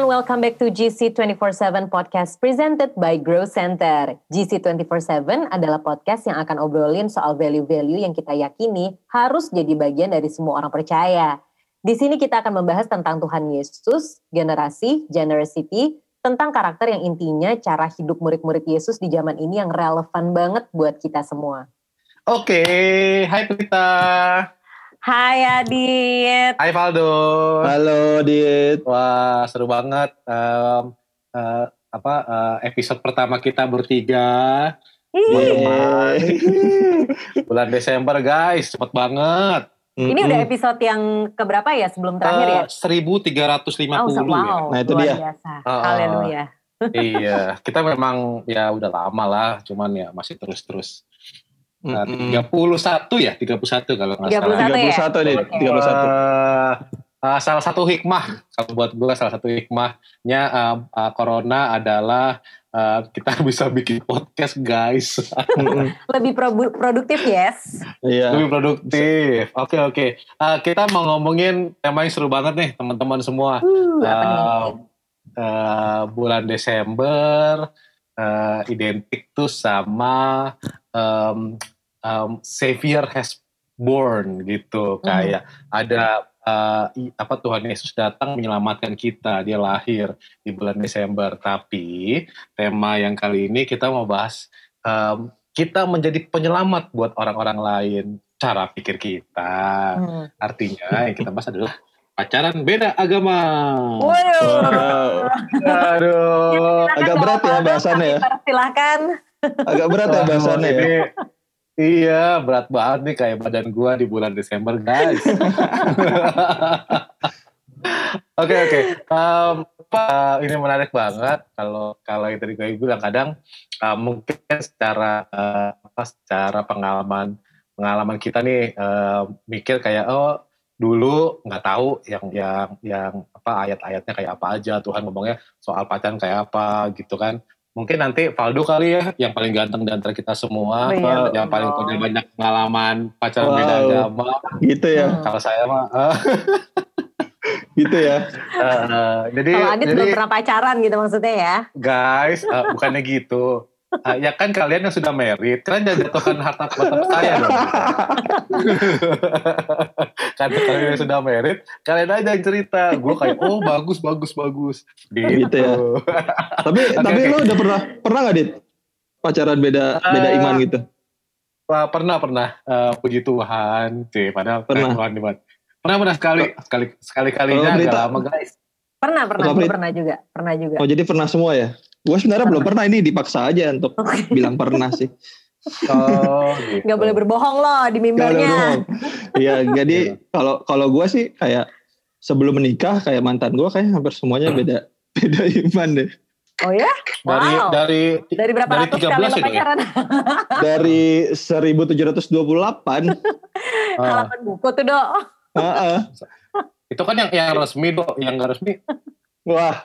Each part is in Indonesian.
and welcome back to GC 24/7 Podcast presented by Grow Center. GC 24/7 adalah podcast yang akan obrolin soal value-value yang kita yakini harus jadi bagian dari semua orang percaya. Di sini kita akan membahas tentang Tuhan Yesus, generasi, generosity, tentang karakter yang intinya cara hidup murid-murid Yesus di zaman ini yang relevan banget buat kita semua. Oke, hai Prita. Hai Adit. Hai Valdo. Halo Dit. Wah, seru banget. Episode pertama kita bertiga. Bulan Desember guys, cepet banget. Ini udah episode yang keberapa ya sebelum terakhir ya? 1350. Wow, Nah, itu luar dia. biasa. Haleluya. Iya, kita memang ya udah lama lah, cuman ya masih terus-terus. 31 kalau nggak salah. 31 nih, 31. Salah satu hikmah, kalau buat gue salah satu hikmahnya Corona adalah kita bisa bikin podcast guys. Lebih produktif yes. Iya. Lebih produktif. Oke. Kita mau ngomongin tema yang seru banget nih teman-teman semua. Apa nih? Bulan Desember identik tuh sama Savior has born gitu. Kayak ada Tuhan Yesus datang menyelamatkan kita, dia lahir di bulan Desember. Tapi tema yang kali ini kita mau bahas kita menjadi penyelamat buat orang-orang lain, cara pikir kita. Artinya yang kita bahas adalah pacaran beda agama. Waduh. Aduh, agak berat ya bahasannya ya. Silakan. Agak berat ya bahasannya ya. Iya, berat banget nih kayak badan gua di bulan Desember, guys. Oke. Ini menarik banget kalau yang tadi gue bilang kadang mungkin secara pengalaman kita nih mikir kayak dulu nggak tahu yang ayat-ayatnya kayak apa aja, Tuhan ngomongnya soal pacaran kayak apa gitu kan. Mungkin nanti Valdo kali ya, yang paling ganteng di antara kita semua, yang paling punya banyak pengalaman pacaran beda agama. Gitu ya. Kalau saya mah, gitu ya. Kalau Adit belum pernah pacaran gitu maksudnya ya? Guys, bukannya gitu. Ya kan kalian yang sudah married, kalian jangan jatuhkan harta saya dong. Karena kalian yang sudah married, kalian aja yang cerita. Gue kayak, bagus. Gitu ya. Tapi lo udah pernah nggak Dit pacaran beda iman gitu? Pernah. Puji Tuhan, padahal Tuhan di mana? Pernah sekali-kalinya agak lama guys. Pernah juga. Oh jadi pernah semua ya? Gue sebenarnya belum pernah, ini dipaksa aja untuk bilang pernah sih. Gitu. Gak boleh berbohong loh di mimbarnya. Iya, jadi kalau gue sih kayak sebelum menikah kayak mantan gue kayak hampir semuanya beda iman deh. Oh ya? Wow. Dari berapa ratus kali lo pacaran? Dari 1728. Halaman buku tuh Dok. Itu kan yang resmi Dok, yang gak resmi. Wah.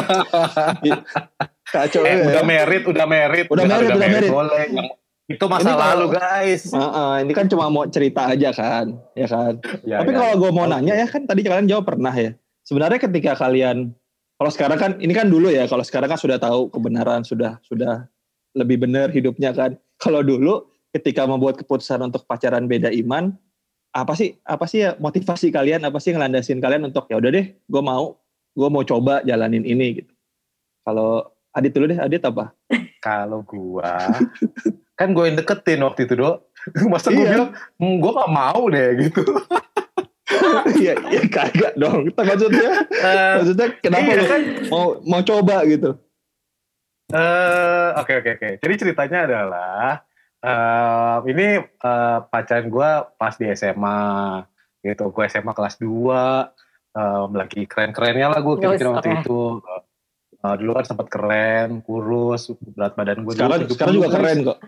Kacau ya. Udah married. Boleh. Itu masa lalu guys. Ini kan cuma mau cerita aja kan, ya kan. Tapi kalau gue mau nanya ya kan tadi kalian jawab pernah ya. Sebenarnya ketika kalian, kalau sekarang kan ini kan dulu ya. Kalau sekarang kan sudah tahu kebenaran, sudah lebih benar hidupnya kan. Kalau dulu ketika membuat keputusan untuk pacaran beda iman, apa sih ya motivasi kalian? Apa sih ngelandasin kalian untuk ya udah deh, gue mau coba jalanin ini gitu. Kalau Adit dulu deh, Adit apa? Kalau gua, kan gue yang deketin waktu itu Dok. Masa gue bilang, gue gak mau deh gitu. Iya kagak dong. Maksudnya kenapa lu mau coba gitu? Oke. Jadi ceritanya adalah, ini pacaran gue pas di SMA gitu. Gue SMA kelas 2, lagi keren-kerennya lah gue kira-kira waktu itu. Dulu kan sempat keren, kurus, berat badan gue sekarang juga keren kok.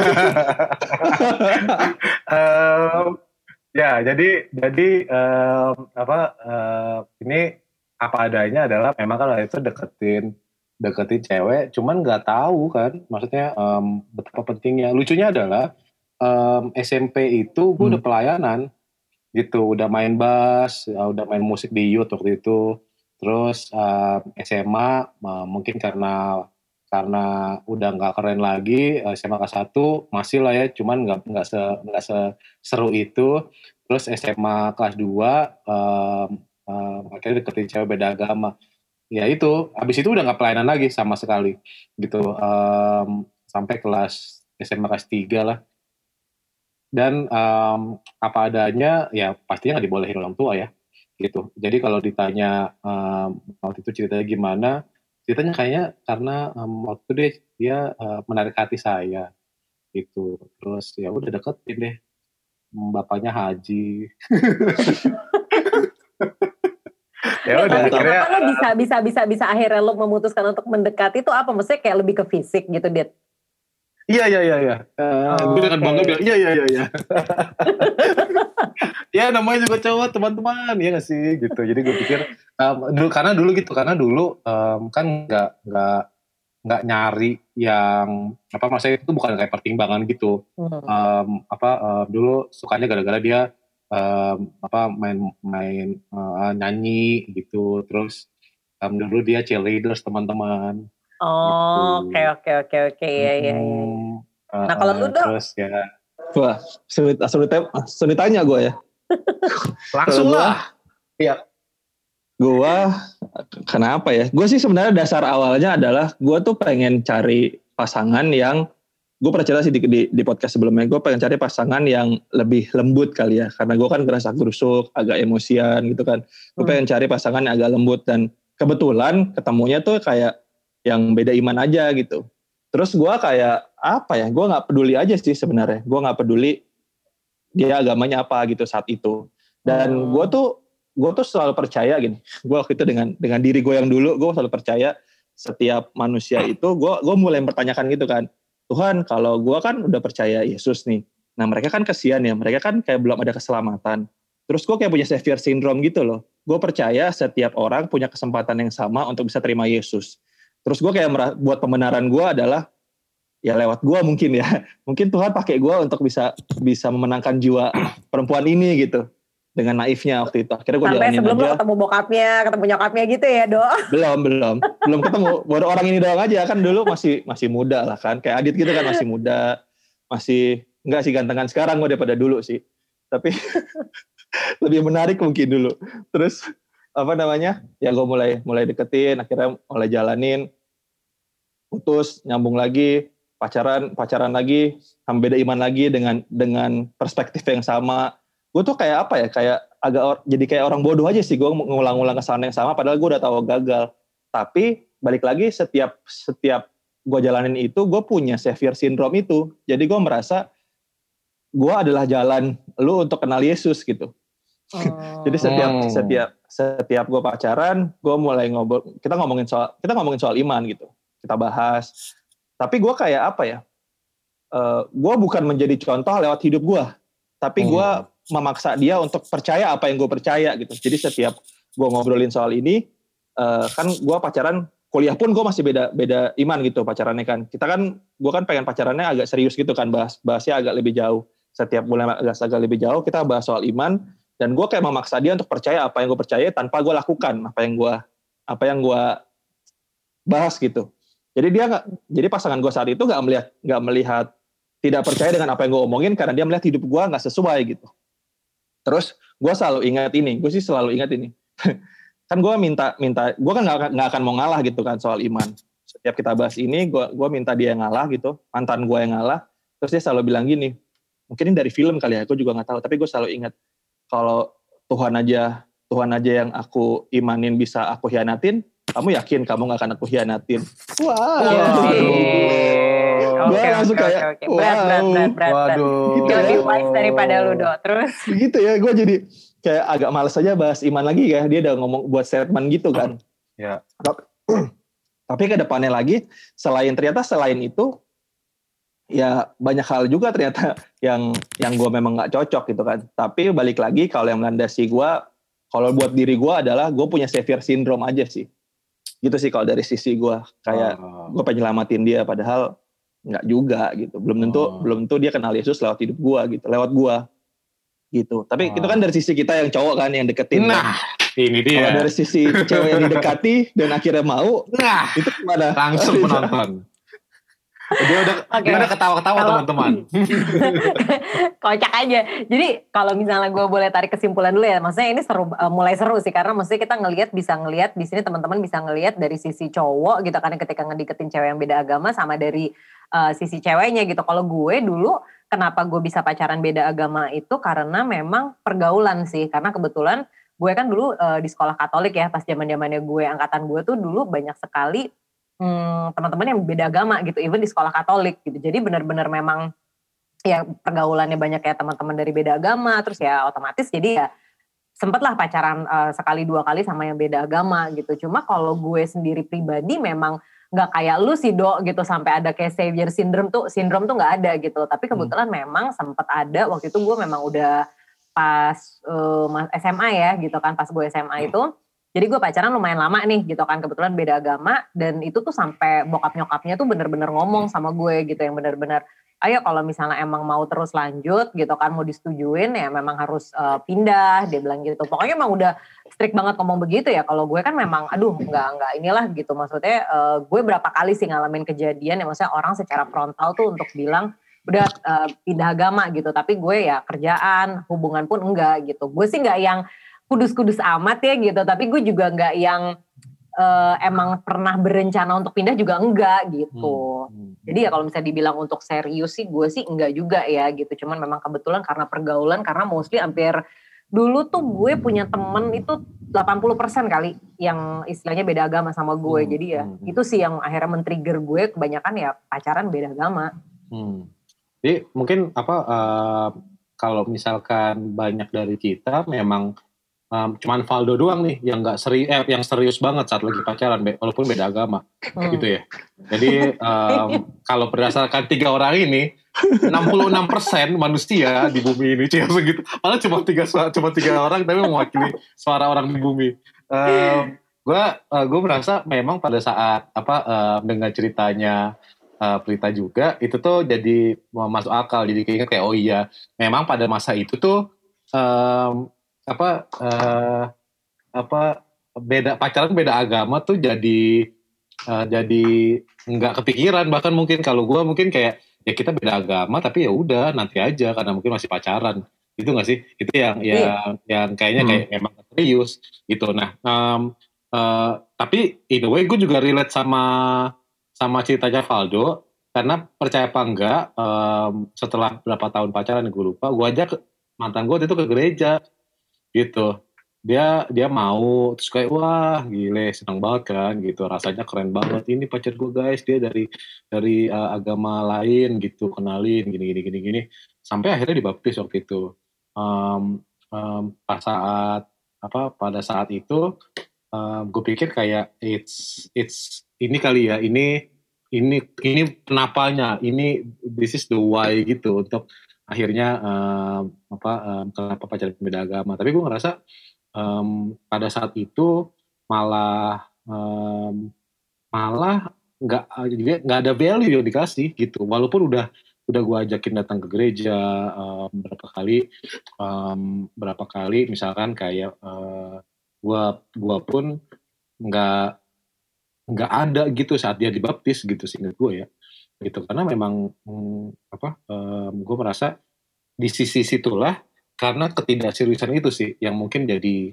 Ini apa adanya adalah memang kan itu deketin cewek, cuman nggak tahu kan, maksudnya betapa pentingnya. Lucunya adalah SMP itu gue udah pelayanan gitu, udah main bass, udah main musik di youth waktu itu. Terus SMA mungkin karena udah nggak keren lagi, SMA kelas 1 masih lah ya, cuman nggak seru itu. Terus SMA kelas 2 akhirnya deketin cewek beda agama. Ya itu, habis itu udah nggak pelayanan lagi sama sekali gitu. Sampai kelas SMA kelas 3 lah. Dan apa adanya ya pastinya nggak dibolehin orang tua ya gitu. Jadi kalau ditanya waktu itu ceritanya gimana, ceritanya kayaknya karena waktu itu dia menarik hati saya gitu. Terus ya udah deketin deh, bapaknya haji. Ya udah akhirnya lo bisa akhirnya lo memutuskan untuk mendekati itu apa? Maksudnya kayak lebih ke fisik gitu, Dit? Iya. Gue dengan bangga bilang iya. Ya namanya juga cowok teman-teman ya nggak sih gitu. Jadi gue pikir karena dulu kan nggak nyari yang maksudnya itu bukan kayak pertimbangan gitu. Dulu sukanya gara-gara dia main nyanyi gitu. Terus dulu dia cheerleaders teman-teman. Oh, oke. Iya. Nah, kalau lu dong? Terus ya. Wah, sulit tanya gue ya. Langsung lah. Iya. Gue, kenapa ya? Gue sih sebenarnya dasar awalnya adalah gue tuh pengen cari pasangan yang, gue pernah cerita sih di podcast sebelumnya, gue pengen cari pasangan yang lebih lembut kali ya. Karena gue kan ngerasa gerusuk, agak emosian gitu kan. Gue pengen cari pasangan yang agak lembut, dan kebetulan ketemunya tuh kayak yang beda iman aja gitu. Terus gue kayak gue gak peduli aja sih sebenarnya. Gue gak peduli dia agamanya apa gitu saat itu. Dan gue tuh selalu percaya gini. Gue waktu itu dengan diri gue yang dulu, gue selalu percaya setiap manusia itu, gue mulai mempertanyakan gitu kan. Tuhan, kalau gue kan udah percaya Yesus nih. Nah mereka kan kesian ya, mereka kan kayak belum ada keselamatan. Terus gue kayak punya savior syndrome gitu loh. Gue percaya setiap orang punya kesempatan yang sama untuk bisa terima Yesus. Terus gue kayak buat pembenaran gue adalah ya lewat gue mungkin ya. Mungkin Tuhan pakai gue untuk bisa memenangkan jiwa perempuan ini gitu. Dengan naifnya waktu itu. Akhirnya gue jalanin aja. Sampai sebelum lo ketemu bokapnya, ketemu nyokapnya gitu ya, Do? Belum ketemu. Baru orang ini doang aja kan, dulu masih muda lah kan. Kayak Adit gitu kan, masih muda. Masih enggak sih gantengan sekarang gue daripada dulu sih. Tapi lebih menarik mungkin dulu. Terus ya gue mulai deketin, akhirnya mulai jalanin, putus, nyambung lagi, pacaran lagi, beda iman lagi dengan perspektif yang sama. Gue tuh kayak kayak jadi kayak orang bodoh aja sih, gue ngulang-ngulang kesalahan yang sama padahal gue udah tahu gagal. Tapi balik lagi setiap gue jalanin itu, gue punya savior syndrome itu. Jadi gue merasa gue adalah jalan lu untuk kenal Yesus gitu. Jadi setiap gue pacaran, gue mulai ngobrol, kita ngomongin soal iman gitu, kita bahas. Tapi gue kayak gue bukan menjadi contoh lewat hidup gue, tapi gue memaksa dia untuk percaya apa yang gue percaya gitu. Jadi setiap gue ngobrolin soal ini, kan gue pacaran, kuliah pun gue masih beda iman gitu pacarannya kan. Gue kan pengen pacarannya agak serius gitu kan, bahasnya agak lebih jauh. Setiap mulai agak lebih jauh, kita bahas soal iman. Dan gue kayak memaksa dia untuk percaya apa yang gue percaya tanpa gue lakukan apa yang gue bahas gitu. Jadi pasangan gue saat itu nggak melihat tidak percaya dengan apa yang gue omongin karena dia melihat hidup gue nggak sesuai gitu. Terus gue selalu ingat ini. Kan gue minta, gue kan nggak akan mau ngalah gitu kan soal iman. Setiap kita bahas ini, gue minta dia yang ngalah gitu, mantan gue yang ngalah. Terus dia selalu bilang gini, mungkin ini dari film kali ya, gue juga nggak tahu. Tapi gue selalu ingat, kalau Tuhan aja yang aku imanin bisa aku hianatin, kamu yakin kamu gak akan aku hianatin? Wow. Gue langsung kayak berat. Waduh. Lebih wise daripada lu, Do. Terus gitu ya, gue jadi kayak agak males aja bahas iman lagi ya. Dia udah ngomong buat statement gitu kan. Ya. Tapi ke depannya lagi, selain itu, ya banyak hal juga ternyata yang gue memang nggak cocok gitu kan. Tapi balik lagi, kalau yang melandasi gue, kalau buat diri gue adalah gue punya savior syndrome aja sih. Gitu sih kalau dari sisi gue, kayak gue pengen nyelamatin dia, padahal nggak juga gitu. Belum tentu dia kenal Yesus lewat hidup gue gitu, lewat gue gitu. Tapi itu kan dari sisi kita yang cowok kan yang deketin. Nah, Ini dia. Kalau dari sisi cewek yang didekati dan akhirnya mau, itu gimana? Langsung penonton. Dia udah ketawa-ketawa teman-teman. Kocak aja. Jadi kalau misalnya gue boleh tarik kesimpulan dulu ya, maksudnya ini seru, mulai seru sih karena maksudnya kita bisa ngelihat di sini teman-teman bisa ngelihat dari sisi cowok gitu kan ketika ngedeketin cewek yang beda agama sama dari sisi ceweknya gitu. Kalau gue dulu kenapa gue bisa pacaran beda agama itu karena memang pergaulan sih, karena kebetulan gue kan dulu di sekolah Katolik ya, pas zaman-zamannya gue angkatan gue tuh dulu banyak sekali teman-teman yang beda agama gitu, even di sekolah Katolik gitu. Jadi benar-benar memang ya pergaulannya banyak ya teman-teman dari beda agama, terus ya otomatis jadi ya sempatlah pacaran sekali dua kali sama yang beda agama gitu. Cuma kalau gue sendiri pribadi memang nggak kayak lu sih Do gitu sampai ada kayak savior syndrome tuh nggak ada gitu. Tapi kebetulan memang sempat ada waktu itu gue memang udah pas SMA ya gitu kan, pas gue SMA itu. Jadi gue pacaran lumayan lama nih gitu kan, kebetulan beda agama dan itu tuh sampai bokap nyokapnya tuh bener-bener ngomong sama gue gitu, yang bener-bener ayo kalau misalnya emang mau terus lanjut gitu kan, mau disetujuin ya memang harus pindah, dia bilang gitu. Pokoknya emang udah strict banget ngomong begitu ya. Kalau gue kan memang aduh nggak inilah gitu, maksudnya gue berapa kali sih ngalamin kejadian ya, maksudnya orang secara frontal tuh untuk bilang udah pindah agama gitu, tapi gue ya kerjaan, hubungan pun enggak gitu. Gue sih nggak yang kudus-kudus amat ya gitu, tapi gue juga nggak yang emang pernah berencana untuk pindah juga enggak gitu. Jadi ya kalau misalnya dibilang untuk serius sih gue sih enggak juga ya gitu, cuman memang kebetulan karena pergaulan, karena mostly hampir dulu tuh gue punya temen itu 80% kali yang istilahnya beda agama sama gue, jadi ya itu sih yang akhirnya men-trigger gue kebanyakan ya pacaran beda agama. Jadi mungkin kalau misalkan banyak dari kita memang cuman Valdo doang nih yang nggak yang serius banget saat lagi pacaran, walaupun beda agama, gitu ya. Jadi kalau berdasarkan 3 orang ini, 66% manusia di bumi ini segitu. Padahal cuma tiga orang tapi mewakili suara orang di bumi. Gue merasa memang pada saat dengan ceritanya Prita juga itu tuh jadi masuk akal. Jadi kayaknya kayak oh iya, memang pada masa itu tuh pacaran beda agama tuh jadi nggak kepikiran. Bahkan mungkin kalau gue mungkin kayak ya kita beda agama tapi ya udah nanti aja karena mungkin masih pacaran, itu nggak sih? Itu yang kayaknya kayak memang serius gitu. Nah tapi in a way gue juga relate sama ceritanya Valdo, karena percaya apa enggak setelah berapa tahun pacaran gue lupa, gue aja mantan gue itu ke gereja gitu. Dia mau, terus kayak wah gile, senang banget kan gitu, rasanya keren banget, ini pacar gue guys, dia dari agama lain gitu, kenalin gini sampai akhirnya dibaptis waktu itu. Pada saat itu gue pikir kayak it's ini kali ya, ini kenapanya, this is the why gitu untuk akhirnya kenapa pacaran beda agama. Tapi gue ngerasa pada saat itu malah nggak ada value yang dikasih gitu, walaupun udah gue ajakin datang ke gereja berapa kali misalkan kayak gue pun nggak ada gitu saat dia dibaptis gitu, seingat gue ya gitu, karena memang gue merasa di sisi situlah, karena ketidakseriusan itu sih yang mungkin jadi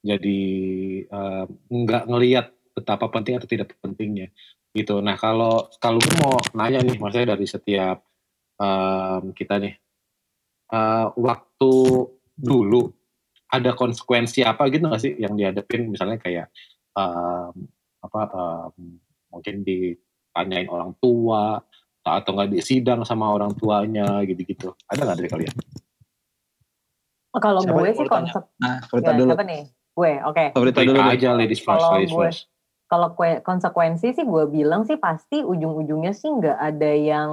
nggak ngelihat betapa penting atau tidak pentingnya gitu. Nah kalau gue mau nanya nih, maksudnya dari setiap kita nih, waktu dulu ada konsekuensi apa gitu nggak sih yang dihadapin, misalnya kayak mungkin ditanyain orang tua atau nggak disidang sama orang tuanya gitu-gitu, ada nggak dari kalian? Kalau gue sih siapa nih? Gue, oke. Aja ladies first. Kalau konsekuensi sih gue bilang sih pasti ujung-ujungnya sih nggak ada yang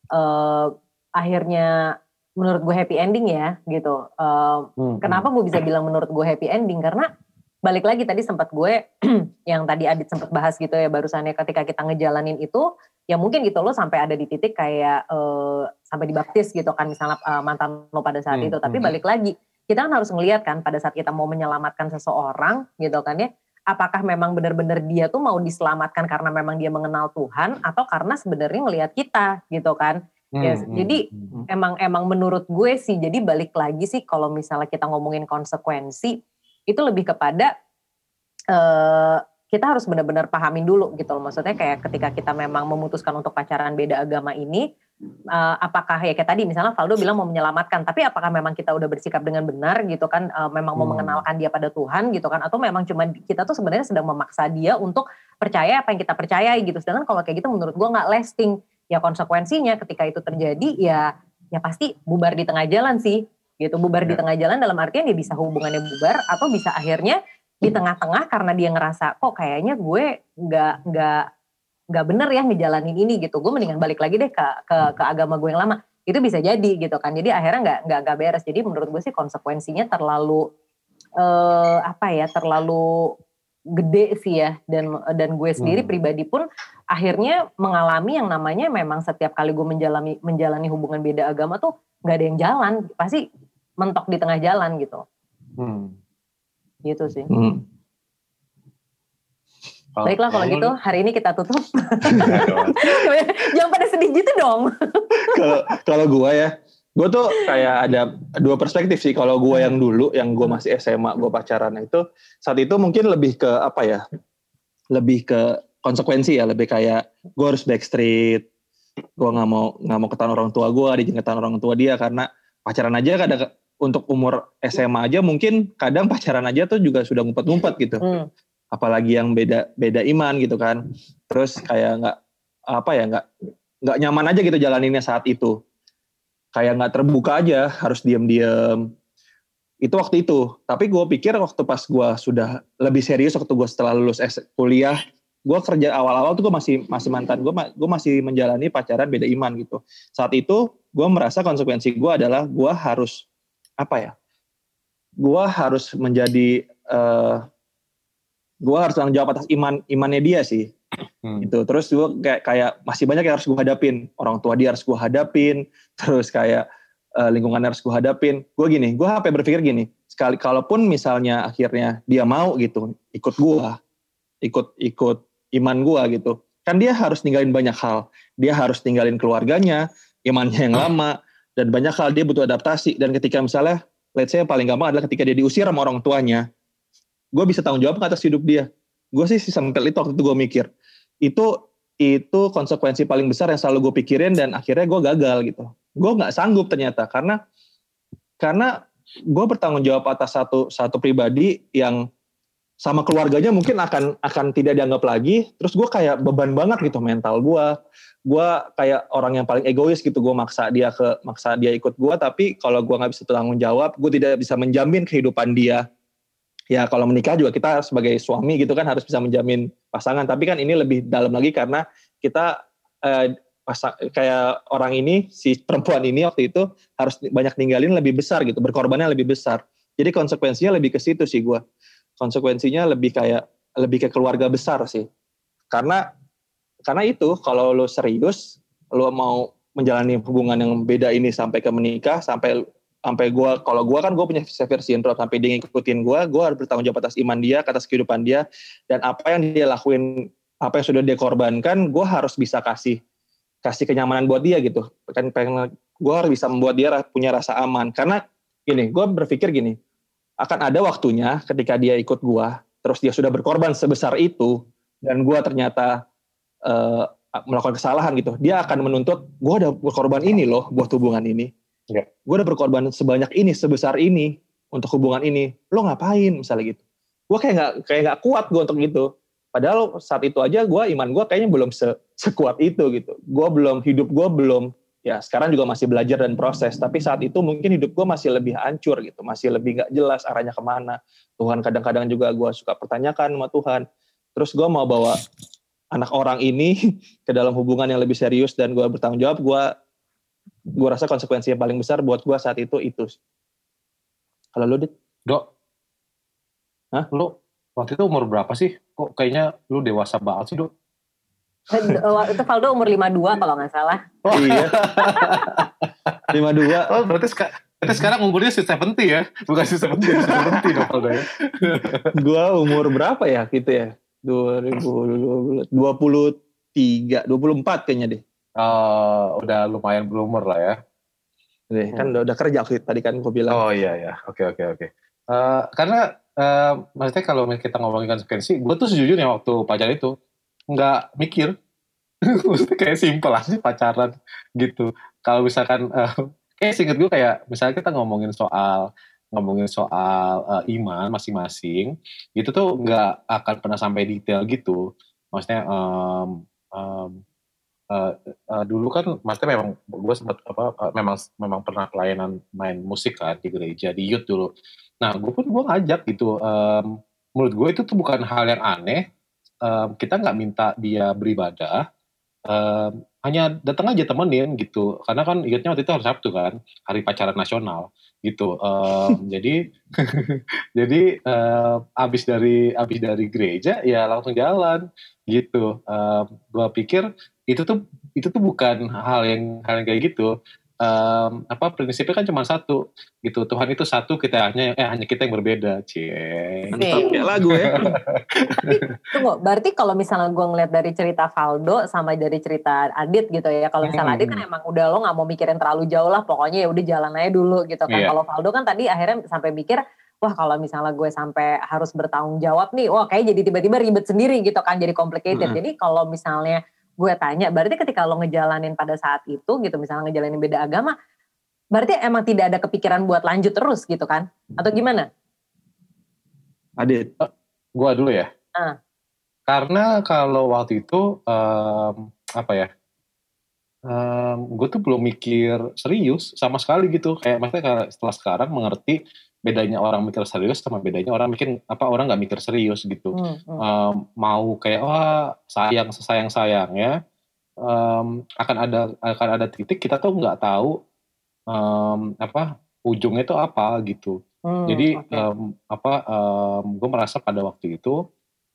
akhirnya menurut gue happy ending ya gitu. Kenapa gue bisa bilang menurut gue happy ending? Karena balik lagi tadi sempat gue yang tadi Adit sempat bahas gitu ya barusannya, ketika kita ngejalanin itu ya mungkin gitu lo sampai ada di titik kayak sampai dibaptis gitu kan misalnya mantan lo pada saat itu, tapi balik lagi kita kan harus ngelihat kan pada saat kita mau menyelamatkan seseorang gitu kan ya, apakah memang benar-benar dia tuh mau diselamatkan karena memang dia mengenal Tuhan atau karena sebenarnya ngelihat kita gitu kan. Jadi emang menurut gue sih, jadi balik lagi sih kalau misalnya kita ngomongin konsekuensi itu lebih kepada kita harus benar-benar pahamin dulu gitu loh. Maksudnya kayak ketika kita memang memutuskan untuk pacaran beda agama ini, apakah ya kayak tadi misalnya Valdo bilang mau menyelamatkan, tapi apakah memang kita udah bersikap dengan benar gitu kan, memang mau mengenalkan dia pada Tuhan gitu kan, atau memang cuma kita tuh sebenarnya sedang memaksa dia untuk percaya apa yang kita percayai gitu. Sedangkan kalau kayak gitu menurut gue nggak lasting. Ya konsekuensinya ketika itu terjadi ya pasti bubar di tengah jalan sih gitu. Bubar di tengah jalan dalam artian dia bisa hubungannya bubar atau bisa akhirnya di tengah-tengah karena dia ngerasa kok kayaknya gue nggak bener ya ngejalanin ini gitu, gue mendingan balik lagi deh ke agama gue yang lama. Itu bisa jadi gitu kan. Jadi akhirnya nggak beres. Jadi menurut gue sih konsekuensinya terlalu terlalu gede sih ya. Dan gue sendiri pribadi pun akhirnya mengalami yang namanya memang setiap kali gue menjalani hubungan beda agama tuh nggak ada yang jalan, pasti mentok di tengah jalan gitu. Gitu sih. Baiklah kalau gitu hari ini kita tutup. Jangan pada sedih gitu dong. Kalau gue ya, gue tuh kayak ada dua perspektif sih. Kalau gue yang dulu, yang gue masih SMA, gue pacaran itu, saat itu mungkin lebih ke apa ya? Lebih ke konsekuensi ya, lebih kayak gue harus backstreet. Gue nggak mau ketahuan orang tua gue, diizin ketahuan orang tua dia, karena pacaran aja kadang untuk umur SMA aja mungkin kadang pacaran aja tuh juga sudah ngumpet-ngumpet gitu. Apalagi yang beda iman gitu kan. Terus kayak nggak nyaman aja gitu jalaninnya saat itu. Kayak nggak terbuka aja, harus diem-diem. Itu waktu itu. Tapi gue pikir waktu pas gue sudah lebih serius, waktu gue setelah lulus kuliah, gue kerja awal-awal tuh gue masih mantan, gue masih menjalani pacaran beda iman gitu. Saat itu gue merasa konsekuensi gue adalah gue harus gue harus menjadi gue harus tanggung jawab atas imannya dia sih. Gitu. Terus gue kayak masih banyak yang harus gue hadapin, orang tua dia harus gue hadapin, terus kayak lingkungan harus gue hadapin. Gue berpikir gini, sekali kalaupun misalnya akhirnya dia mau gitu ikut iman gue gitu, kan dia harus ninggalin banyak hal. Dia harus ninggalin keluarganya, imannya yang lama, dan banyak hal dia butuh adaptasi. Dan ketika misalnya, let's say yang paling gampang adalah ketika dia diusir sama orang tuanya, gue bisa tanggung jawab atas hidup dia. Gue sih sampai itu waktu itu gue mikir, itu konsekuensi paling besar yang selalu gue pikirin, dan akhirnya gue gagal gitu. Gue nggak sanggup ternyata karena gue bertanggung jawab atas satu pribadi yang sama keluarganya mungkin akan tidak dianggap lagi. Terus gue kayak beban banget gitu mental gue kayak orang yang paling egois gitu. Gue maksa dia ikut gue, tapi kalau gue nggak bisa tanggung jawab, gue tidak bisa menjamin kehidupan dia. Ya kalau menikah juga kita sebagai suami gitu kan harus bisa menjamin pasangan. Tapi kan ini lebih dalam lagi karena kita kayak orang ini, si perempuan ini waktu itu harus banyak ninggalin lebih besar gitu, berkorbannya lebih besar. Jadi konsekuensinya lebih ke situ sih gue. Konsekuensinya lebih ke keluarga besar sih. Karena itu kalau lo serius, lo mau menjalani hubungan yang beda ini sampai ke menikah, sampai kalau gue kan gue punya severe syndrome, sampai dia ngikutin gue harus bertanggung jawab atas iman dia, atas kehidupan dia, dan apa yang dia lakuin, apa yang sudah dia korbankan, gue harus bisa kasih kenyamanan buat dia gitu. Kan gue harus bisa membuat dia punya rasa aman. Karena gini, gue berpikir gini, akan ada waktunya ketika dia ikut gue, terus dia sudah berkorban sebesar itu, dan gue ternyata melakukan kesalahan gitu, dia akan menuntut, gue udah berkorban ini loh buat hubungan ini. Gue udah berkorban sebanyak ini, sebesar ini untuk hubungan ini, lo ngapain misalnya gitu. Gue kayak nggak kuat gue untuk gitu. Padahal saat itu aja iman gue kayaknya belum sekuat itu gitu. Hidup gue belum, ya sekarang juga masih belajar dan proses. Tapi saat itu mungkin hidup gue masih lebih hancur gitu, masih lebih nggak jelas arahnya kemana. Tuhan kadang-kadang juga gue suka pertanyakan sama Tuhan. Terus gue mau bawa anak orang ini ke dalam hubungan yang lebih serius dan gue bertanggung jawab. Gue rasa konsekuensi yang paling besar buat gue saat itu. Kalau lu, Dit? Dok, lu waktu itu umur berapa sih? Kok kayaknya lu dewasa banget sih, Dok? Itu Valdo umur 52 kalau nggak salah. Oh iya. 52. Oh, berarti Tapi sekarang umurnya 70 ya, bukan 70 dong Faldo ya. Gue umur berapa ya gitu ya? 2023, 24 kayaknya deh. Udah lumayan berumur lah ya. Kan udah kerja tadi kan gue bilang. Oh iya. Oke. Karena maksudnya kalau kita ngomongin konsekuensi, gue tuh sejujurnya waktu pacaran itu nggak mikir. Maksudnya kayak simpel aja pacaran gitu. Kalau misalkan kayak seinget gue kayak misalnya kita ngomongin soal iman masing-masing, itu tuh nggak akan pernah sampai detail gitu. Maksudnya dulu kan maksudnya memang gue sempat memang pernah pelayanan main musik kan di gereja di youth dulu. Nah gue ngajak gitu. Menurut gue itu tuh bukan hal yang aneh. Kita nggak minta dia beribadah, hanya datang aja temenin gitu. Karena kan youthnya waktu itu hari Sabtu kan, hari pacaran nasional gitu. Jadi abis dari gereja ya langsung jalan gitu. Gue pikir itu tuh bukan hal yang kayak gitu. Prinsipnya kan cuma satu gitu. Tuhan itu satu, kita hanya kita yang berbeda. Mantap ya lagu ya. Tapi tunggu, berarti kalau misalnya gue ngeliat dari cerita Faldo sama dari cerita Adit gitu ya, kalau misalnya Adit kan emang udah lo nggak mau mikirin terlalu jauh lah, pokoknya ya udah jalan aja dulu gitu kan. Kalau Faldo kan tadi akhirnya sampai mikir, wah kalau misalnya gue sampai harus bertanggung jawab nih, wah kayak jadi tiba-tiba ribet sendiri gitu kan, jadi complicated. Jadi kalau misalnya gue tanya, berarti ketika lo ngejalanin pada saat itu gitu, misalnya ngejalanin beda agama, berarti emang tidak ada kepikiran buat lanjut terus gitu kan? Atau gimana? Adit. Gue dulu ya. Karena kalau waktu itu, gue tuh belum mikir serius sama sekali gitu. Kayak maksudnya setelah sekarang mengerti bedanya orang mikir serius sama bedanya orang nggak mikir serius gitu. Mau kayak sayang ya, akan ada titik kita tuh nggak tahu ujungnya itu apa gitu. Jadi gue merasa pada waktu itu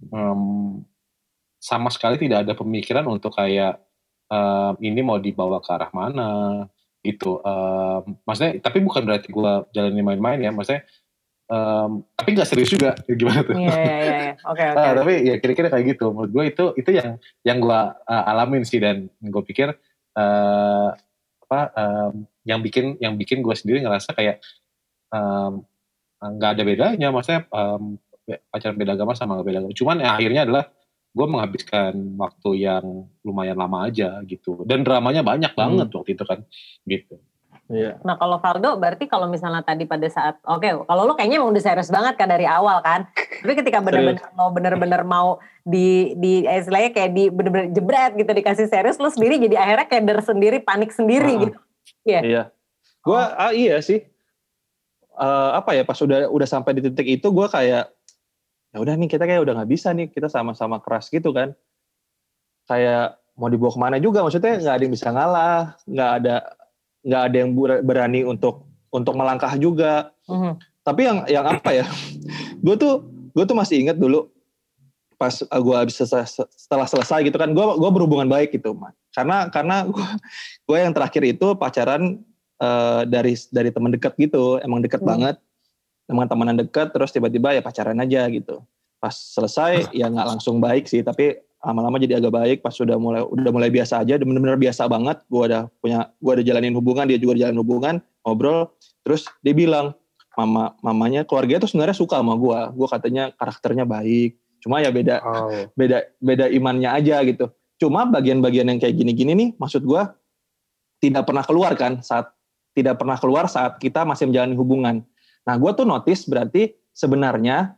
sama sekali tidak ada pemikiran untuk kayak ini mau dibawa ke arah mana gitu. Maksudnya tapi bukan berarti gue jalanin main-main ya, maksudnya tapi nggak serius juga gimana tuh. Iya. Oke. Tapi ya kira-kira kayak gitu. Menurut gue itu yang gue alamin sih, dan gue pikir yang bikin gue sendiri ngerasa kayak nggak ada bedanya, maksudnya pacaran beda agama sama nggak beda agama. Cuman akhirnya adalah gue menghabiskan waktu yang lumayan lama aja gitu, dan dramanya banyak banget waktu itu kan gitu. Iya. Nah kalau Faldo berarti kalau misalnya tadi pada saat kalau lo kayaknya emang udah serius banget kan dari awal kan, tapi ketika benar-benar mau di istilahnya kayak di benar-benar jebret gitu dikasih serius, lo sendiri jadi akhirnya keder sendiri, panik sendiri gitu. Iya. Gue iya sih. Pas udah sampai di titik itu gue kayak ya udah nih kita kayak udah nggak bisa nih, kita sama-sama keras gitu kan, kayak mau dibawa kemana juga, maksudnya nggak ada yang bisa ngalah, nggak ada yang berani untuk melangkah juga. Tapi yang gue tuh masih ingat dulu pas gue setelah selesai gitu kan, gue berhubungan baik gitu, karena gue yang terakhir itu pacaran dari teman dekat gitu, emang deket banget, emang temenan dekat, terus tiba-tiba ya pacaran aja gitu. Pas selesai ya nggak langsung baik sih, tapi lama-lama jadi agak baik. Pas udah mulai biasa aja, benar-benar biasa banget. Gue udah jalanin hubungan, dia juga jalanin hubungan, ngobrol. Terus dia bilang, mamanya keluarga tuh sebenarnya suka sama gue. Gue katanya karakternya baik, cuma ya beda imannya aja gitu. Cuma bagian-bagian yang kayak gini-gini nih, maksud gue tidak pernah keluar saat kita masih menjalani hubungan. Nah, gue tuh notice berarti sebenarnya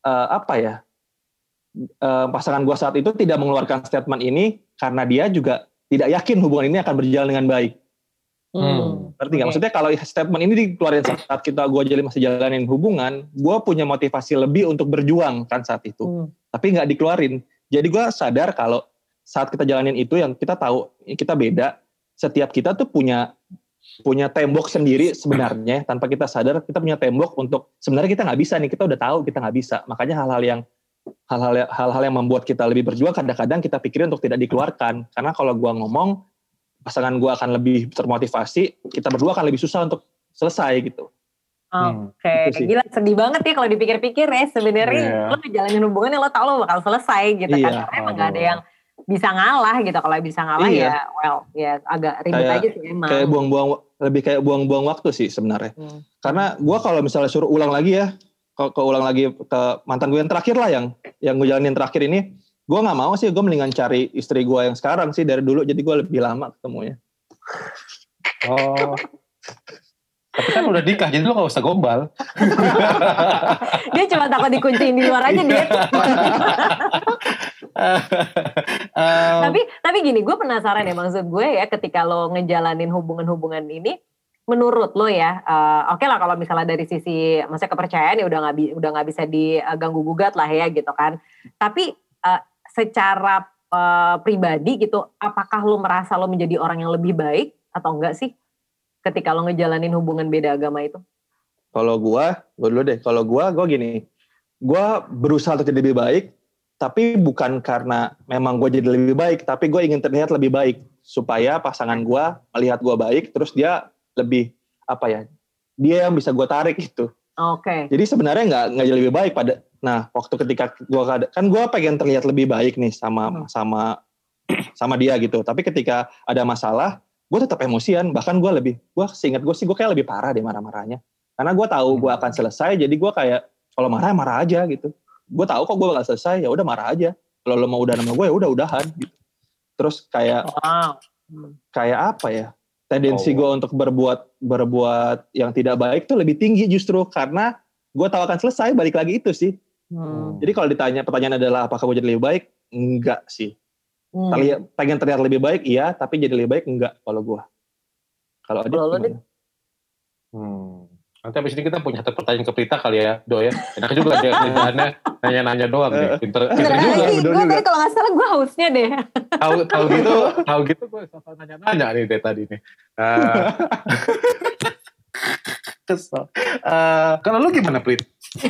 pasangan gue saat itu tidak mengeluarkan statement ini karena dia juga tidak yakin hubungan ini akan berjalan dengan baik. Berarti nggak? Maksudnya kalau statement ini dikeluarin saat gue masih jalanin hubungan, gue punya motivasi lebih untuk berjuang kan saat itu. Tapi nggak dikeluarin. Jadi gue sadar kalau saat kita jalanin itu, yang kita tahu kita beda. Setiap kita tuh punya tembok sendiri sebenarnya, tanpa kita sadar kita punya tembok untuk sebenarnya kita nggak bisa nih, kita udah tahu kita nggak bisa. Makanya hal-hal yang membuat kita lebih berjuang kadang-kadang kita pikirin untuk tidak dikeluarkan, karena kalau gua ngomong pasangan gua akan lebih termotivasi, kita berdua akan lebih susah untuk selesai gitu. Oke, gila sedih banget ya kalau dipikir-pikir ya sebenarnya lo ngejalanin hubungan yang lo tau lo bakal selesai gitu kan, karena emang gak ada yang bisa ngalah gitu. Kalau bisa ngalah ya ya agak ribet aja sih emang. Lebih kayak buang-buang waktu sih sebenarnya. Karena gue kalau misalnya suruh ulang lagi ya, ulang lagi ke mantan gue yang terakhir lah, yang gue jalanin terakhir ini, gue nggak mau sih, gue mendingan cari istri gue yang sekarang sih dari dulu, jadi gue lebih lama ketemunya. Oh, tapi kan udah nikah, jadi lu nggak usah gombal. Dia cuma takut dikunciin di luar aja dia. Tapi gini, gue penasaran ya, maksud gue ya, ketika lo ngejalanin hubungan-hubungan ini, menurut lo ya, oke lah kalau misalnya dari sisi maksudnya kepercayaan ya udah nggak bisa diganggu gugat lah ya gitu kan. Tapi secara pribadi gitu, apakah lo merasa lo menjadi orang yang lebih baik atau enggak sih ketika lo ngejalanin hubungan beda agama itu? Kalau gue dulu deh. Kalau gue gini, gue berusaha untuk jadi lebih baik, tapi bukan karena memang gue jadi lebih baik, tapi gue ingin terlihat lebih baik supaya pasangan gue melihat gue baik, terus dia lebih dia yang bisa gue tarik gitu. Oke. Jadi sebenarnya nggak jadi lebih baik waktu ketika gue pengen terlihat lebih baik nih sama dia gitu, tapi ketika ada masalah gue tetap emosian, bahkan gue seingat gue sih gue kayak lebih parah deh marah-marahnya, karena gue tahu gue akan selesai, jadi gue kayak kalau marah aja gitu, gue tahu kok gue bakal selesai, ya udah marah aja, kalau lo mau udah sama gue ya udahan gitu. Terus kayak tendensi gue untuk berbuat yang tidak baik tuh lebih tinggi justru karena gue tahu akan selesai, balik lagi itu sih. Jadi kalau pertanyaan adalah apakah gue jadi lebih baik, enggak sih. Pengen terlihat lebih baik, iya, tapi jadi lebih baik enggak kalau gue. Kalau Adit gimana? Nanti abis ini kita punya satu pertanyaan ke Prita kali ya, Do ya. Enak juga dia kerjaannya nanya-nanya doang deh. Pinter juga. Gue tadi kalau nggak salah gue hostnya deh. Tahu gitu gue selalu nanya-nanya nih dari tadi nih. Kesel. Kalau lu gimana, Prit?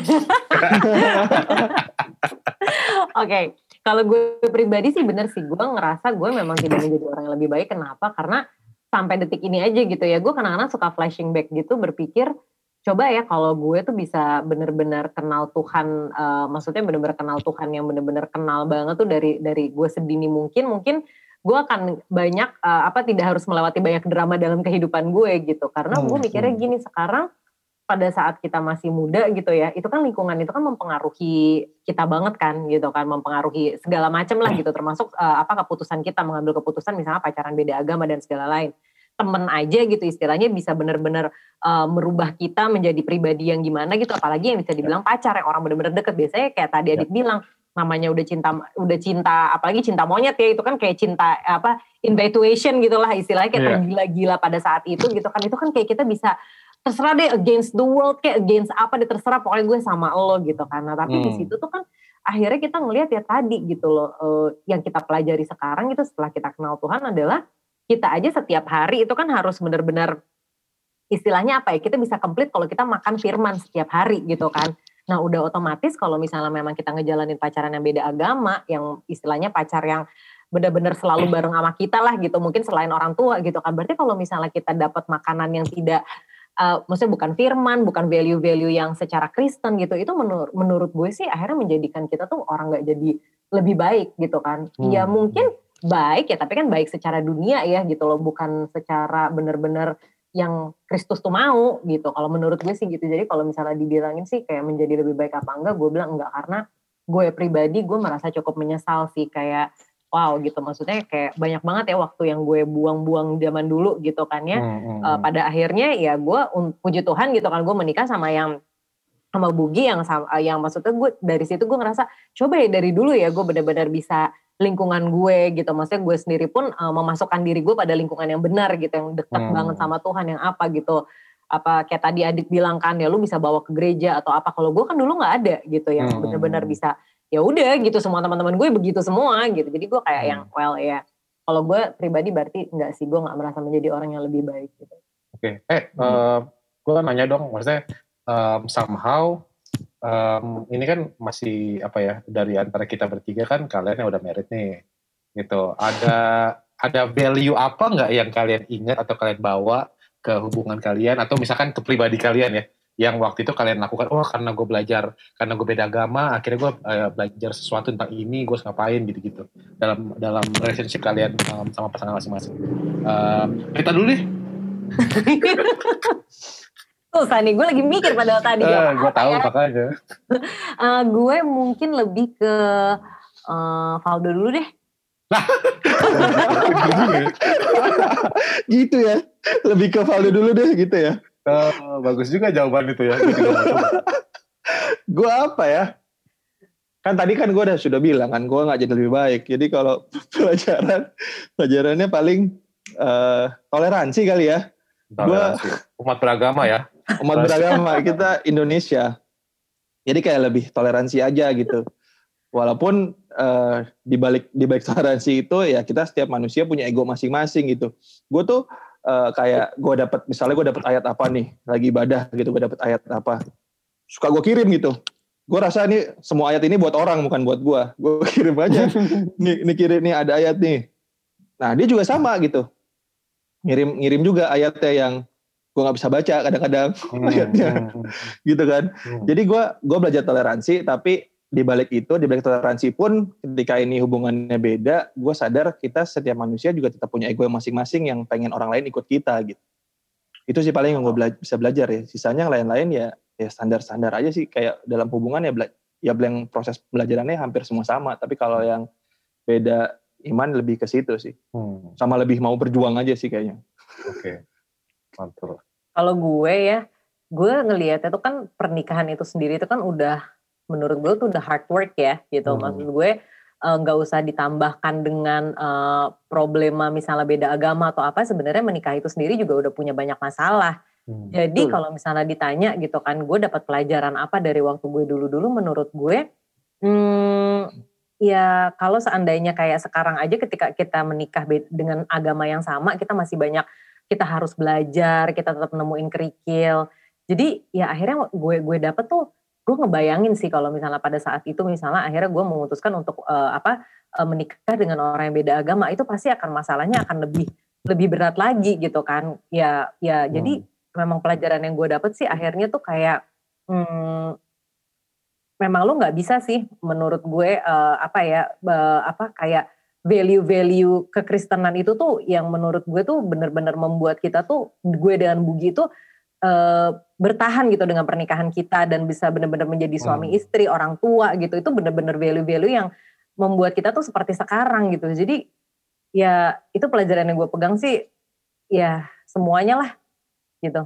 Oke. Kalau gue pribadi sih bener sih, gue ngerasa gue memang tidak menjadi orang yang lebih baik. Kenapa? Karena sampai detik ini aja gitu ya, gue kadang-kadang suka flashing back gitu, berpikir coba ya kalau gue tuh bisa bener-bener kenal Tuhan, maksudnya bener-bener kenal Tuhan yang bener-bener kenal banget tuh dari gue sedini mungkin gue akan banyak tidak harus melewati banyak drama dalam kehidupan gue gitu. Karena gue mikirnya gini, sekarang pada saat kita masih muda gitu ya, itu kan lingkungan itu kan mempengaruhi kita banget kan gitu kan, mempengaruhi segala macam lah gitu, termasuk keputusan kita mengambil keputusan misalnya pacaran beda agama dan segala lain. Temen aja gitu istilahnya bisa benar-benar merubah kita menjadi pribadi yang gimana gitu, apalagi yang bisa dibilang pacar yang orang benar-benar deket. Biasanya kayak tadi Adit bilang, namanya udah cinta, apalagi cinta monyet ya, itu kan kayak cinta infatuation gitulah istilahnya, kayak tergila-gila pada saat itu gitu kan. Itu kan kayak kita bisa terserah deh against the world, kayak against apa deh terserah, pokoknya gue sama lo gitu kan. Nah tapi di situ tuh kan akhirnya kita ngelihat ya tadi gitu loh, yang kita pelajari sekarang itu setelah kita kenal Tuhan adalah kita aja setiap hari itu kan harus benar-benar istilahnya kita bisa komplit kalau kita makan firman setiap hari gitu kan. Nah udah otomatis kalau misalnya memang kita ngejalanin pacaran yang beda agama, yang istilahnya pacar yang benar-benar selalu bareng sama kita lah gitu, mungkin selain orang tua gitu kan, berarti kalau misalnya kita dapat makanan yang tidak maksudnya bukan firman, bukan value-value yang secara Kristen gitu, itu menurut gue sih akhirnya menjadikan kita tuh orang gak jadi lebih baik gitu kan. Ya mungkin baik ya, tapi kan baik secara dunia ya gitu loh, bukan secara benar-benar yang Kristus tuh mau gitu. Kalau menurut gue sih gitu. Jadi kalau misalnya dibilangin sih kayak menjadi lebih baik apa enggak, gue bilang enggak, karena gue pribadi gue merasa cukup menyesal sih, kayak wow gitu, maksudnya kayak banyak banget ya waktu yang gue buang-buang zaman dulu gitu kan ya. Pada akhirnya ya gue puji Tuhan gitu kan, gue menikah sama Bugi yang maksudnya gue dari situ gue ngerasa coba ya dari dulu ya gue benar-benar bisa lingkungan gue gitu, maksudnya gue sendiri pun memasukkan diri gue pada lingkungan yang benar gitu, yang dekat banget sama Tuhan, yang gitu, kayak tadi Adit bilang kan ya, lu bisa bawa ke gereja atau apa. Kalau gue kan dulu nggak ada gitu yang benar-benar bisa, ya udah gitu, semua teman-teman gue begitu semua gitu. Jadi gue kayak yang ya kalau gue pribadi berarti enggak sih, gue nggak merasa menjadi orang yang lebih baik gitu. Oke. Gue kan nanya dong, maksudnya somehow ini kan masih dari antara kita bertiga kan kalian yang udah married nih gitu, ada value apa nggak yang kalian ingat atau kalian bawa ke hubungan kalian atau misalkan ke pribadi kalian ya, yang waktu itu kalian lakukan, karena gue belajar, karena gue beda agama, akhirnya gue belajar sesuatu tentang ini, gue harus ngapain gitu-gitu dalam relationship kalian sama pasangan masing-masing. Kita dulu deh. Susah nih, gue lagi mikir padahal tadi. Gue tahu makanya. Gue mungkin lebih ke Valdo dulu deh. Gitu ya, lebih ke Valdo dulu deh gitu ya. Bagus juga jawaban itu ya. Gue apa ya? Kan tadi kan gue sudah bilang kan gue nggak jadi lebih baik. Jadi kalau pelajarannya paling toleransi kali ya. Umat beragama ya. Umat beragama kita Indonesia. Jadi kayak lebih toleransi aja gitu. Walaupun di balik toleransi itu ya kita setiap manusia punya ego masing-masing gitu. Gue tuh kayak misalnya gue dapet ayat apa nih lagi ibadah gitu, gue dapet ayat apa suka gue kirim gitu. Gue rasa nih semua ayat ini buat orang bukan buat gue kirim aja. nih kirim nih ada ayat nih. Nah dia juga sama gitu, ngirim juga ayatnya yang gue nggak bisa baca kadang-kadang ayatnya gitu kan. Jadi gue belajar toleransi, tapi di balik toleransi pun ketika ini hubungannya beda, gue sadar kita setiap manusia juga tetap punya ego masing-masing yang pengen orang lain ikut kita gitu. Itu sih paling yang gue bisa belajar ya. Sisanya yang lain-lain ya standar-standar aja sih, kayak dalam hubungan ya proses belajarannya hampir semua sama, tapi kalau yang beda iman lebih ke situ sih. Sama lebih mau berjuang aja sih kayaknya. Oke. Mantap. Kalau gue ngelihatnya tuh kan pernikahan itu sendiri itu kan udah, menurut gue tuh udah hard work ya gitu. Maksud gue nggak usah ditambahkan dengan problema misalnya beda agama atau apa, sebenarnya menikah itu sendiri juga udah punya banyak masalah. Jadi kalau misalnya ditanya gitu kan, gue dapat pelajaran apa dari waktu gue dulu-dulu, menurut gue ya kalau seandainya kayak sekarang aja ketika kita menikah dengan agama yang sama, kita masih banyak, kita harus belajar, kita tetap nemuin kerikil. Jadi ya akhirnya gue dapet tuh, gue ngebayangin sih kalau misalnya pada saat itu misalnya akhirnya gue memutuskan untuk menikah dengan orang yang beda agama, itu pasti akan masalahnya akan lebih berat lagi gitu kan. Jadi memang pelajaran yang gue dapet sih akhirnya tuh kayak memang lo nggak bisa sih menurut gue kayak value-value kekristenan itu tuh yang menurut gue tuh benar-benar membuat kita tuh, gue dan Bugi tuh bertahan gitu dengan pernikahan kita dan bisa benar-benar menjadi suami istri, orang tua gitu. Itu benar-benar value-value yang membuat kita tuh seperti sekarang gitu. Jadi ya itu pelajaran yang gue pegang sih ya semuanya lah gitu.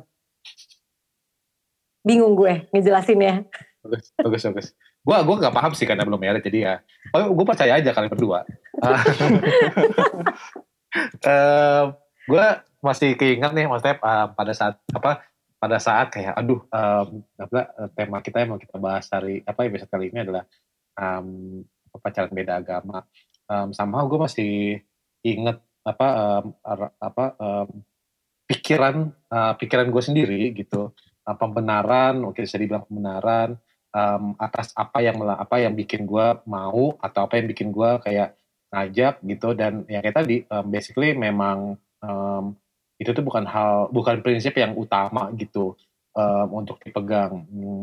Bingung gue ngejelasinnya. Bagus. Gue gak paham sih karena belum married, jadi ya gue percaya aja kalian berdua. Gue masih keinget nih, maksudnya pada saat kayak tema kita yang mau kita bahas episode kali ini adalah pacaran beda agama. Somehow gue masih inget pikiran gue sendiri gitu, pembenaran, mungkin bisa dibilang pembenaran atas apa yang bikin gue mau atau apa yang bikin gue kayak ngajak gitu. Dan yang kayak tadi basically memang itu tuh bukan prinsip yang utama gitu untuk dipegang.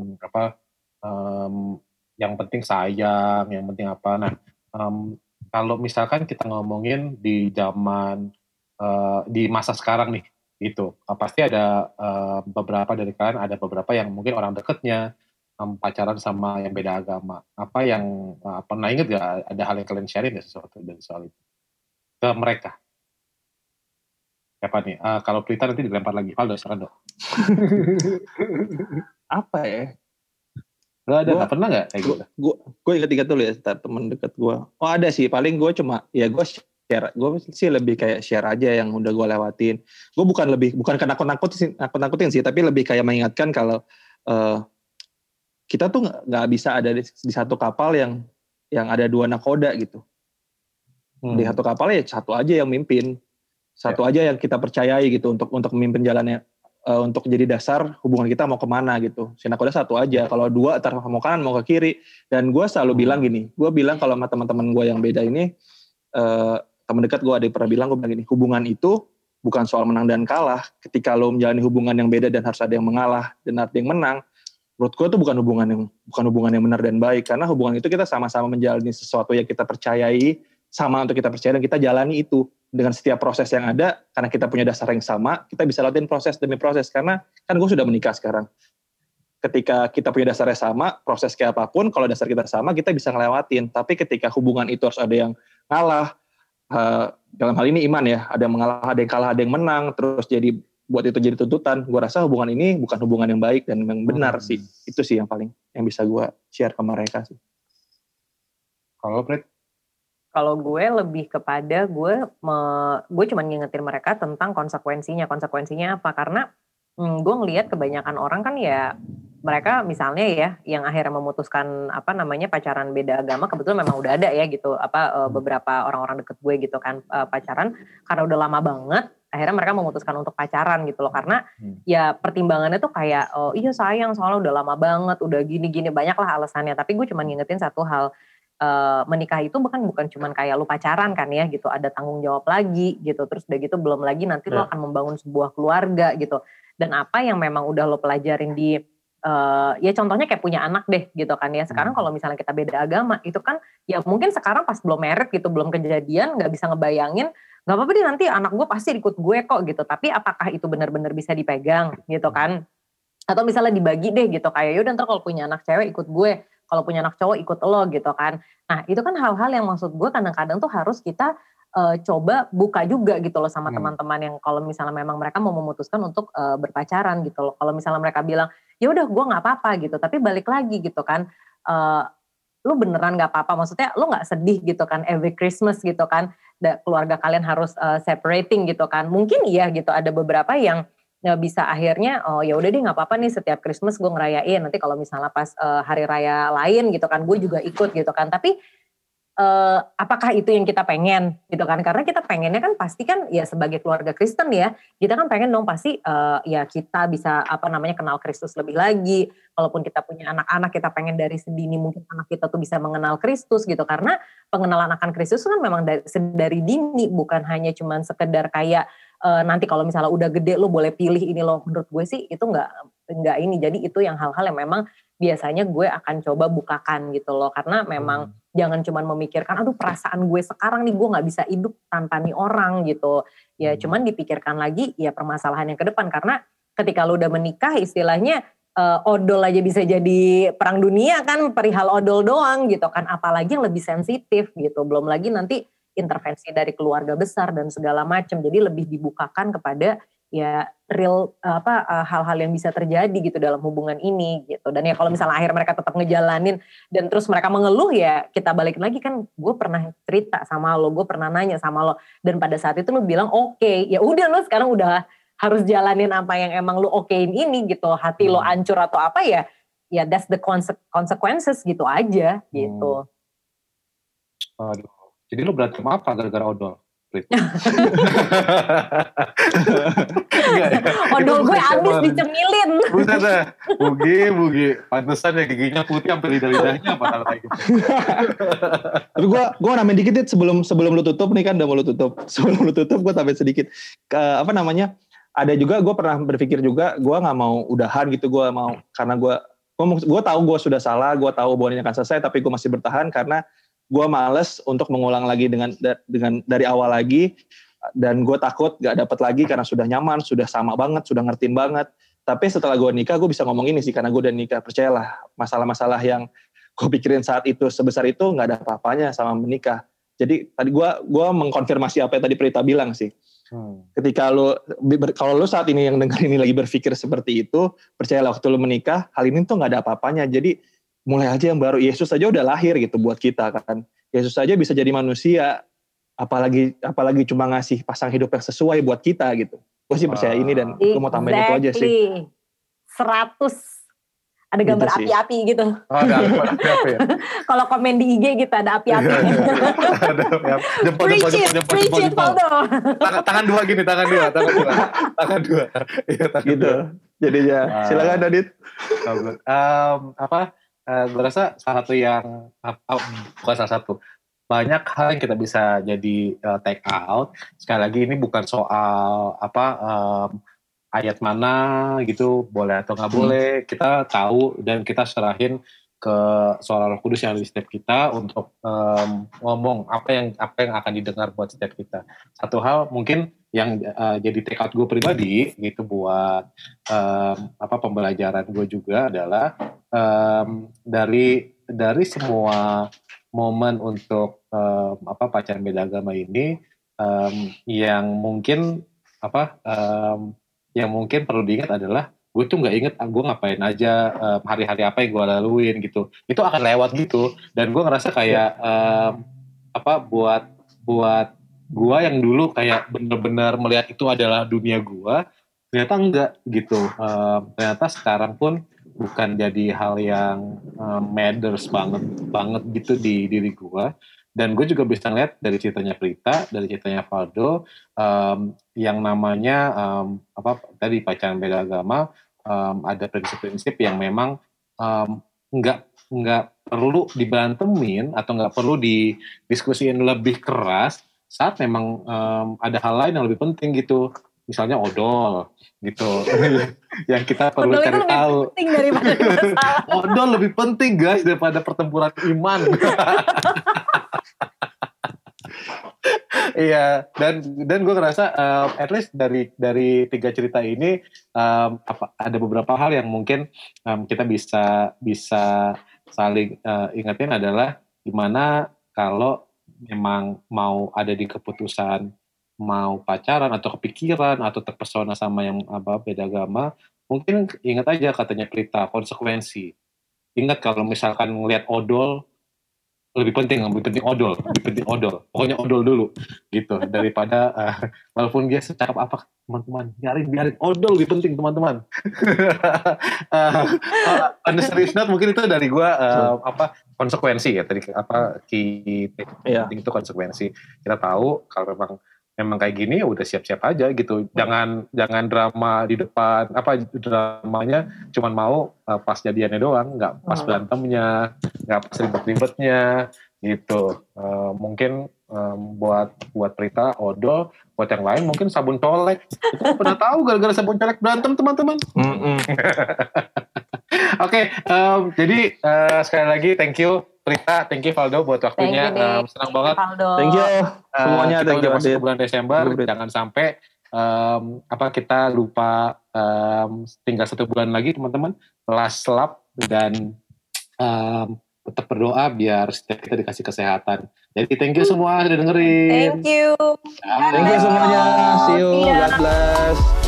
Yang penting sayang, yang penting apa. Nah kalau misalkan kita ngomongin di zaman di masa sekarang nih gitu, pasti ada beberapa dari kalian, ada beberapa yang mungkin orang dekatnya pacaran sama yang beda agama. Apa yang pernah inget gak, ada hal yang kalian sharing gak sesuatu dari soal itu ke mereka? Siapa nih? Kalau Prita nanti dilempar lagi. Valdo, sekarang dong. Apa ya? Gak pernah gak kayak gitu? Gue ingat dulu ya, teman dekat gue. Oh ada sih, paling gue cuma, ya gue share. Gue sih lebih kayak share aja yang udah gue lewatin. Gue bukan karena nakut-nakutin sih, tapi lebih kayak mengingatkan kalau kita tuh nggak bisa ada di satu kapal yang ada dua nakoda gitu. Di satu kapal ya satu aja yang mimpin. Satu aja yang kita percayai gitu untuk memimpin jalannya, untuk jadi dasar hubungan kita mau kemana gitu. Si nakoda satu aja, kalau dua ntar mau kanan mau ke kiri. Dan gue selalu bilang gini, gue bilang kalau sama teman-teman gue yang beda ini, teman dekat gue ada yang pernah bilang, gue bilang gini, hubungan itu bukan soal menang dan kalah. Ketika lo menjalani hubungan yang beda dan harus ada yang mengalah dan ada yang menang, menurut gue itu bukan hubungan yang benar dan baik, karena hubungan itu kita sama-sama menjalani sesuatu yang kita percayai, sama untuk kita percaya dan kita jalani itu dengan setiap proses yang ada. Karena kita punya dasar yang sama, kita bisa latihan proses demi proses. Karena kan gue sudah menikah sekarang. Ketika kita punya dasarnya sama, proses kayak apapun, kalau dasar kita sama, kita bisa ngelewatin. Tapi ketika hubungan itu harus ada yang ngalah, dalam hal ini iman ya, ada yang mengalah, ada yang kalah, ada yang menang, terus buat itu jadi tuntutan. Gue rasa hubungan ini bukan hubungan yang baik dan yang benar sih. Itu sih yang bisa gue share ke mereka sih. Kalau Prit? Kalau gue lebih kepada gue cuma ngingetin mereka tentang konsekuensinya. Konsekuensinya apa? Karena gue ngelihat kebanyakan orang kan ya, mereka misalnya ya yang akhirnya memutuskan pacaran beda agama, kebetulan memang udah ada ya gitu beberapa orang-orang deket gue gitu kan pacaran karena udah lama banget, akhirnya mereka memutuskan untuk pacaran gitu loh, karena ya pertimbangannya tuh kayak iya sayang soalnya udah lama banget, udah gini-gini, banyak lah alasannya. Tapi gue cuma ngingetin satu hal, menikah itu bukan cuman kayak lu pacaran kan ya gitu, ada tanggung jawab lagi gitu, terus udah gitu belum lagi nanti lo akan membangun sebuah keluarga gitu. Dan apa yang memang udah lo pelajarin di ya contohnya kayak punya anak deh gitu kan ya. Sekarang kalau misalnya kita beda agama itu kan ya mungkin sekarang pas belum married gitu, belum kejadian, nggak bisa ngebayangin, nggak apa-apa deh nanti anak gue pasti ikut gue kok gitu. Tapi apakah itu benar-benar bisa dipegang gitu kan? Atau misalnya dibagi deh gitu, kayak yaudah ntar kalau punya anak cewek ikut gue, kalau punya anak cowok ikut lo gitu kan. Nah itu kan hal-hal yang maksud gue kadang-kadang tuh harus kita coba buka juga gitu loh sama teman-teman yang kalau misalnya memang mereka mau memutuskan untuk berpacaran gitu loh. Kalau misalnya mereka bilang ya udah gue nggak apa-apa gitu, tapi balik lagi gitu kan, lu beneran nggak apa-apa, maksudnya lu nggak sedih gitu kan every Christmas gitu kan, keluarga kalian harus separating gitu kan. Mungkin iya gitu, ada beberapa yang bisa akhirnya ya udah deh nggak apa-apa nih setiap Christmas gue ngerayain, nanti kalau misalnya pas hari raya lain gitu kan gue juga ikut gitu kan. Tapi apakah itu yang kita pengen gitu kan? Karena kita pengennya kan pasti kan ya sebagai keluarga Kristen ya, kita kan pengen dong pasti ya kita bisa kenal Kristus lebih lagi. Kalaupun kita punya anak-anak, kita pengen dari sedini mungkin anak kita tuh bisa mengenal Kristus gitu. Karena pengenalan akan Kristus kan memang dari dini, bukan hanya cuman sekedar kayak nanti kalau misalnya udah gede lo boleh pilih ini lo. Menurut gue sih itu nggak ini. Jadi itu yang hal-hal yang memang biasanya gue akan coba bukakan gitu loh, karena memang jangan cuman memikirkan aduh perasaan gue sekarang nih gue nggak bisa hidup tanpa nih orang gitu ya, cuman dipikirkan lagi ya permasalahan yang ke depan. Karena ketika lo udah menikah istilahnya odol aja bisa jadi perang dunia kan, perihal odol doang gitu kan, apalagi yang lebih sensitif gitu, belum lagi nanti intervensi dari keluarga besar dan segala macam. Jadi lebih dibukakan kepada ya real hal-hal yang bisa terjadi gitu dalam hubungan ini gitu. Dan ya kalau misalnya akhir mereka tetap ngejalanin dan terus mereka mengeluh, ya kita balik lagi kan, gue pernah cerita sama lo, gue pernah nanya sama lo, dan pada saat itu lo bilang oke, ya udah lo sekarang udah harus jalanin apa yang emang lo okein ini gitu. Hati lo hancur atau apa ya that's the consequences gitu aja gitu. Aduh. Jadi lo berantem apa gara-gara odol? Odol gue abis dicemilin. Buset dah, Bugi, pantesan ya giginya putih sampai lidah-lidahnya padahal kayak gitu. Tapi gue nambahin dikit sebelum lu tutup nih kan, udah mau lu tutup. Sebelum lu tutup gue tambahin sedikit. Ada juga gue pernah berpikir juga, gue nggak mau udahan gitu, gue mau karena gue tahu gue sudah salah, gue tahu bahwa ini akan selesai, tapi gue masih bertahan karena gue males untuk mengulang lagi dengan dari awal lagi, dan gue takut gak dapat lagi karena sudah nyaman, sudah sama banget, sudah ngertiin banget. Tapi setelah gue nikah, gue bisa ngomong ini sih, karena gue udah nikah. Percayalah, masalah-masalah yang gue pikirin saat itu sebesar itu gak ada apa-apanya sama menikah. Jadi tadi gue mengkonfirmasi apa yang tadi Prita bilang sih. Ketika kalau lu saat ini yang dengar ini lagi berpikir seperti itu, percayalah waktu lu menikah, hal ini tuh gak ada apa-apanya. Jadi mulai aja yang baru. Yesus aja udah lahir gitu buat kita kan. Yesus aja bisa jadi manusia, apalagi cuma ngasih pasang hidup yang sesuai buat kita gitu. Gue sih percaya ini, dan gue mau tambahin itu aja sih. 100 ada gambar gitu api-api gitu. Oh, ada api-api ya. Kalau komen di IG gitu ada api-api. Ada jempol. Tangan dua gini, tangan dua. Iya, tangan gitu. Dua. Jadinya silakan Adit. Gue rasa salah satu yang bukan salah satu. banyak hal yang kita bisa jadi take out. Sekali lagi ini bukan soal ayat mana gitu boleh atau nggak boleh. Kita tahu dan kita serahin ke suara Roh Kudus yang ada di setiap kita untuk ngomong apa yang akan didengar buat setiap kita. Satu hal mungkin yang jadi take out gue pribadi gitu buat pembelajaran gue juga adalah dari semua momen untuk pacaran beda agama ini yang mungkin perlu diingat adalah gue tuh nggak inget gue ngapain aja hari-hari apa yang gue laluin gitu, itu akan lewat gitu. Dan gue ngerasa kayak buat gue yang dulu kayak bener-bener melihat itu adalah dunia gue, ternyata enggak gitu. Ternyata sekarang pun bukan jadi hal yang matters banget gitu di diri gue. Dan gue juga bisa lihat dari ceritanya Prita, dari ceritanya Valdo, yang namanya tadi pacaran beda agama, ada prinsip-prinsip yang memang nggak perlu diberantemin atau nggak perlu didiskusiin lebih keras saat memang ada hal lain yang lebih penting gitu, misalnya odol gitu, yang kita perlu odol cari tahu. Odol lebih penting guys daripada pertempuran iman. Iya, dan gue ngerasa at least dari 3 cerita ini ada beberapa hal yang mungkin kita bisa saling ingetin adalah gimana kalau memang mau ada di keputusan mau pacaran atau kepikiran atau terpesona sama yang beda agama, mungkin ingat aja katanya Prita, konsekuensi. Ingat kalau misalkan ngelihat odol, lebih penting odol, pokoknya odol dulu gitu, daripada walaupun dia secakap apa teman-teman, biarin odol lebih penting teman-teman. On the serious note mungkin itu dari gue konsekuensi ya tadi penting itu konsekuensi. Kita tahu kalau memang kayak gini ya udah siap-siap aja gitu. Jangan drama di depan, dramanya cuman mau pas jadiannya doang, nggak pas berantemnya, nggak pas ribet-ribetnya gitu. Mungkin buat Prita odol, buat yang lain mungkin sabun colek. Kita pernah tahu gara-gara sabun colek berantem teman-teman. Oke, jadi sekali lagi thank you Prita, thank you Valdo buat waktunya. Senang banget. Thank you semuanya. Kita udah masuk ke bulan Desember, jangan sampai kita lupa tinggal 1 bulan lagi teman-teman. Last lap dan tetap berdoa biar setiap kita dikasih kesehatan. Jadi thank you semua sudah dengerin. Thank you. Thank you semuanya. See you. God bless.